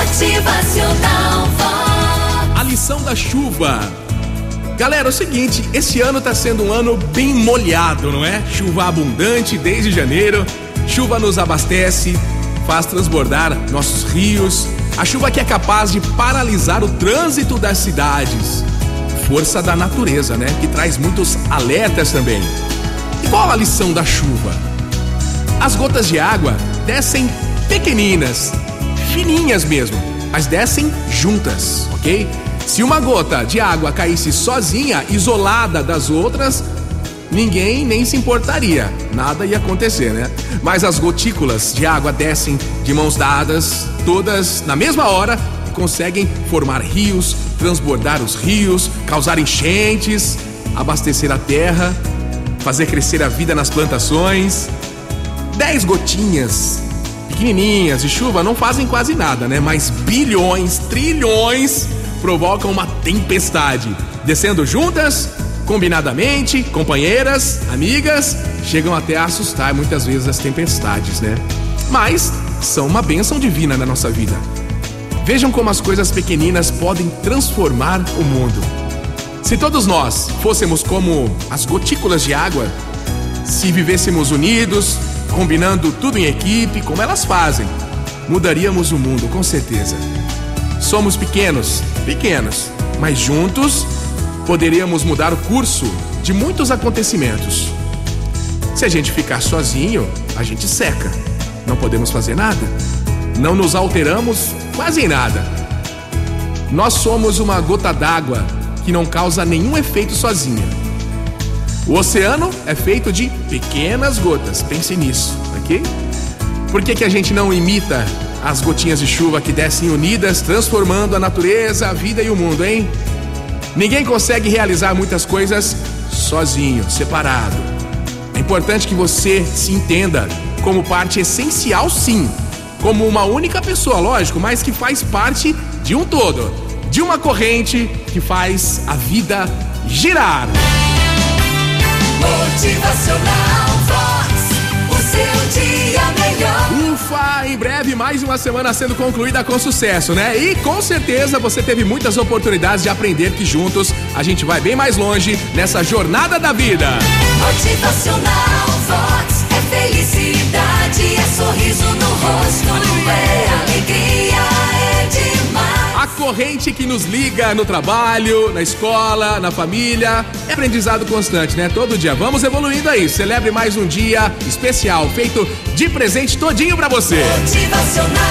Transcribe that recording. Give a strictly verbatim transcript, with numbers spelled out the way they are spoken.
Motivacional Vox. A lição da chuva. Galera, é o seguinte, esse ano tá sendo um ano bem molhado, não é? Chuva abundante desde janeiro, chuva nos abastece, faz transbordar nossos rios, a chuva que é capaz de paralisar o trânsito das cidades. Força da natureza, né? Que traz muitos alertas também. E qual a lição da chuva? As gotas de água descem pequeninas, fininhas mesmo, mas descem juntas, ok? Se uma gota de água caísse sozinha, isolada das outras, ninguém nem se importaria, nada ia acontecer, né? Mas as gotículas de água descem de mãos dadas, todas na mesma hora, e conseguem formar rios, transbordar os rios, causar enchentes, abastecer a terra, fazer crescer a vida nas plantações. Dez gotinhas pequenininhas de chuva não fazem quase nada, né? Mas bilhões, trilhões provocam uma tempestade. Descendo juntas, combinadamente, companheiras, amigas, chegam até a assustar muitas vezes as tempestades, né? Mas são uma bênção divina na nossa vida. Vejam como as coisas pequeninas podem transformar o mundo. Se todos nós fôssemos como as gotículas de água, se vivêssemos unidos, combinando tudo em equipe, como elas fazem, mudaríamos o mundo, com certeza. Somos pequenos, pequenos, mas juntos poderíamos mudar o curso de muitos acontecimentos. Se a gente ficar sozinho, a gente seca. Não podemos fazer nada. Não nos alteramos quase em nada. Nós somos uma gota d'água que não causa nenhum efeito sozinha. O oceano é feito de pequenas gotas, pense nisso, ok? Por que que a gente não imita as gotinhas de chuva que descem unidas, transformando a natureza, a vida e o mundo, hein? Ninguém consegue realizar muitas coisas sozinho, separado. É importante que você se entenda como parte essencial, sim, como uma única pessoa, lógico, mas que faz parte de um todo, de uma corrente que faz a vida girar. Motivacional Vox, o seu dia melhor. Ufa, em breve mais uma semana sendo concluída com sucesso, né? E com certeza você teve muitas oportunidades de aprender que juntos a gente vai bem mais longe nessa jornada da vida. Motivacional Vox, é felicidade, é sorriso no rosto, é alegria, é demais. A corrente que nos liga no trabalho, na escola, na família, é aprendizado constante, né? Todo dia. Vamos evoluindo aí. Celebre mais um dia especial, feito de presente todinho pra você. Motivacional